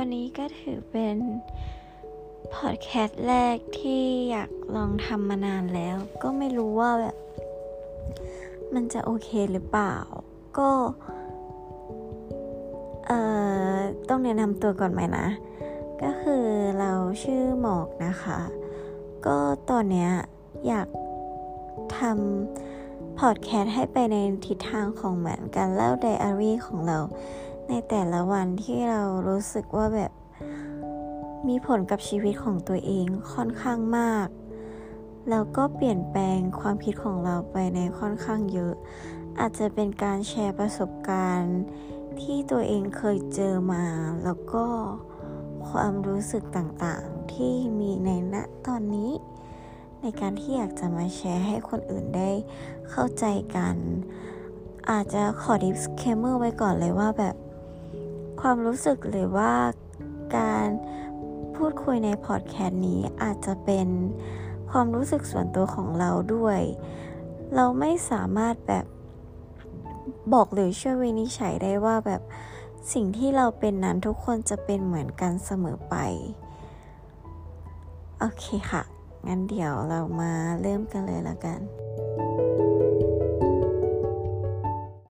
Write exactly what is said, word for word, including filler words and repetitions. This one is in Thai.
วันนี้ก็ถือเป็นพอดแคสต์แรกที่อยากลองทำมานานแล้วก็ไม่รู้ว่าแบบมันจะโอเคหรือเปล่าก็เอ่อต้องแนะนำตัวก่อนไหมนะก็คือเราชื่อหมอกนะคะก็ตอนเนี้ยอยากทำพอดแคสต์ให้ไปในทิศทางของเหมือนการเล่าไดอารี่ของเราในแต่ละวันที่เรารู้สึกว่าแบบมีผลกับชีวิตของตัวเองค่อนข้างมากแล้วก็เปลี่ยนแปลงความคิดของเราไปในค่อนข้างเยอะอาจจะเป็นการแชร์ประสบการณ์ที่ตัวเองเคยเจอมาแล้วก็ความรู้สึกต่างๆที่มีในณตอนนี้ในการที่อยากจะมาแชร์ให้คนอื่นได้เข้าใจกันอาจจะขอ disclaimer ไว้ก่อนเลยว่าแบบความรู้สึกหรือว่าการพูดคุยในพอดแคสต์นี้อาจจะเป็นความรู้สึกส่วนตัวของเราด้วยเราไม่สามารถแบบบอกหรือช่วยวินิจฉัยได้ว่าแบบสิ่งที่เราเป็นนั้นทุกคนจะเป็นเหมือนกันเสมอไปโอเคค่ะงั้นเดี๋ยวเรามาเริ่มกันเลยละกัน